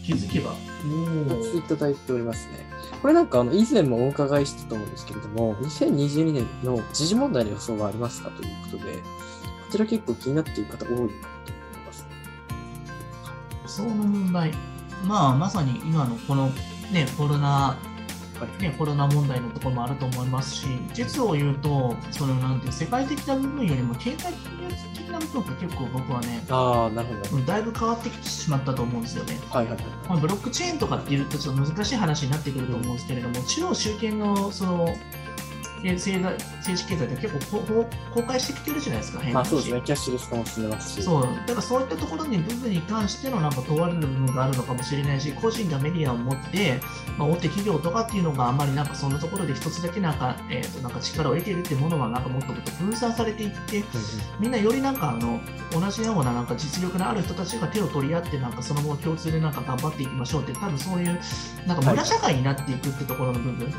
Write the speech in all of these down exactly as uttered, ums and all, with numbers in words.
気づけば。 ふたついただいておりますね。これなんかあの以前もお伺いしたと思うんですけれども、にせんにじゅうにねんの時事問題の予想はありますかということで、こちら結構気になっている方多いかと思います。 予想の問題。まあ、まさに今のこのね、コロナ、ね、コロナ問題のところもあると思いますし、実を言うと、そのなんていう世界的な部分よりも経済的な部分が結構僕はね、 ああ、なるほど。 だいぶ変わってきてしまったと思うんですよね。 はいはいはい。 まあブロックチェーンとかっていうとちょっと難しい話になってくると思うんですけれども、中央集権のその政治政治経済って結構ここ公開してきてるじゃないですか、変な話。 まあそうですね、キャッシュレス化も進んでますし。 そう、だからそういったところに部分に関してのなんか問われる部分があるのかもしれないし、個人がメディアを持って、まあ、大手企業とかっていうのがあんまりなんかそんなところで一つだけなんか、えー、となんか力を得ているっていうものはなんかもっともっと分散されていって、うんうん、みんなよりなんかあの同じようななんか実力のある人たちが手を取り合ってなんかその後共通でなんか頑張っていきましょうって、多分そういうなんか村社会になっていくってところの部分。はい、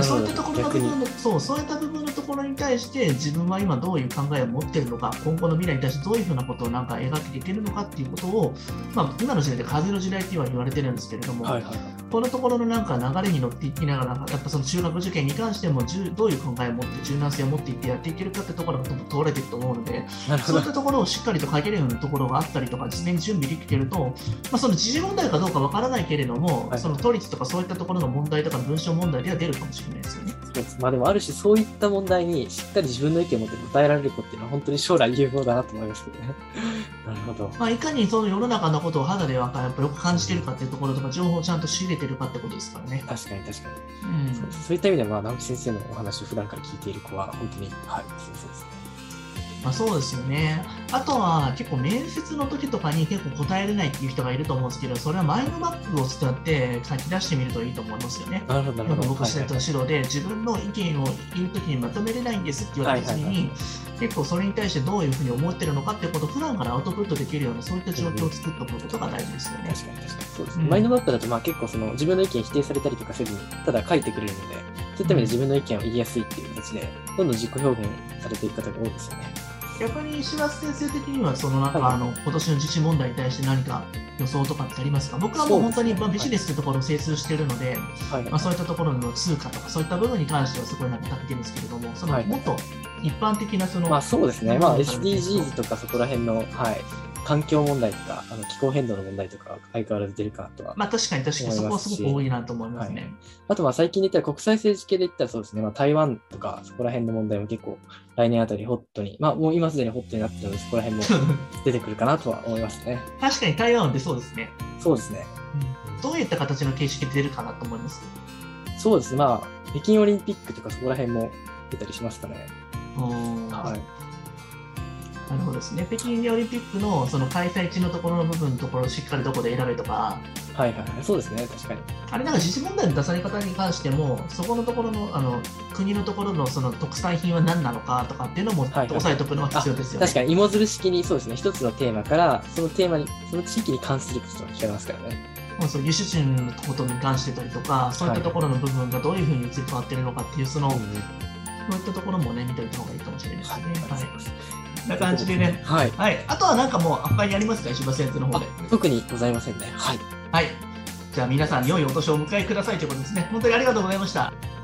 そういったところの部分の、そう、そういった部分のところに対して自分は今どういう考えを持っているのか、今後の未来に対してどういうふうなことをなんか描けていけるのかっていうことを、まあ、今の時代で風の時代っていうのは言われてるんですけれども、はいはい、このところのなんか流れに乗っていきながら、やっぱその中学受験に関してもどういう考えを持って柔軟性を持っていってやっていけるかってところが問われていると思うので、そういったところをしっかりと書けるようなところがあったりとか、事前に準備できていると、まあ、その時事問題かどうかわからないけれども、はい、その都立とかそういったところの問題とか文章問題では出るかもしれないですよね。 そうです。まあでもある種そういった問題にしっかり自分の意見を持って答えられる子っていうのは本当に将来有望だなと思いますけどね。なるほど。 まあ、いかにその世の中のことを肌で分かる、やっぱよく感じているかっていうところとか、情報をちゃんと仕入れているかってことですからね。 確かに確かに。 うん、 そう、そういった意味では、まあ、直木先生のお話を普段から聞いている子は本当に、はい、そうですね。 まあ、そうですよね。あとは結構面接の時とかに結構答えれないっていう人がいると思うんですけど、それはマインドマップを使って書き出してみるといいと思いますよね。 なるほど、なるほど。 僕した指導で自分の意見を言う時にまとめれないんですって言われた時に、結構それに対してどういうふうに思ってるのかっていうことを普段からアウトプットできるようなそういった状況を作っておくことが大事ですよね。 確かに確かにそうですね。うん、マインドマップだとまあ結構その自分の意見否定されたりとかせずにただ書いてくれるので、そういった意味で自分の意見を言いやすいっていう形でどんどん自己表現されていく方が多いですよね。 逆に石橋先生的にはそのなんか、はい、あの今年の自治問題に対して何か予想とかってありますか？僕はもう本当にビジネスというところを精通しているので、はい、まあ、そういったところの通貨とかそういった部分に関してはすごいなんか立ってるんですけれども、そのもっと一般的なその、 まあそうですね、まあ エスディージーズ とかそこら辺の、はい、環境問題とかあの気候変動の問題とか相変わらず出るかなとは。 まあ確かに確かにそこはすごく多いなと思いますね。はい、 あとまあ最近で言ったら国際政治系で言ったらそうですね、まあ、台湾とかそこら辺の問題も結構来年あたりホットに、まあもう今すでにホットになってるのでそこら辺も出てくるかなとは思いますね。 確かに台湾は出そうですね。 そうですね、 うん。どういった形の形式で出るかなと思います？ そうですね、まあ北京オリンピックとかそこら辺も出たりしますかね。 はい。なるほどですね。北京オリンピックのその開催地のところの部分のところをしっかりどこで選べとか。 はいはいはい、そうですね、確かに。 あれなんか時事問題の出され方に関しても、そこのところの、あの国のところのその特産品は何なのかとかっていうのも押さえておくのは必要ですよね。 確かに芋づる式にそうですね、一つのテーマからそのテーマに、その地域に関することが聞かれますからね。 そう輸出入のことに関してたりとか、そういったところの部分がどういうふうに移り変わっているのかっていう、その、うん、そういったところもね、見ておいた方がいいかもしれないですね。はい。はいな感じでね、はい、はい。あとはなんかもう、他にありますか、石橋先生の方で。 特にございませんね。はい。 はい。じゃあ皆さん、良いお年をお迎えくださいということですね。本当にありがとうございました。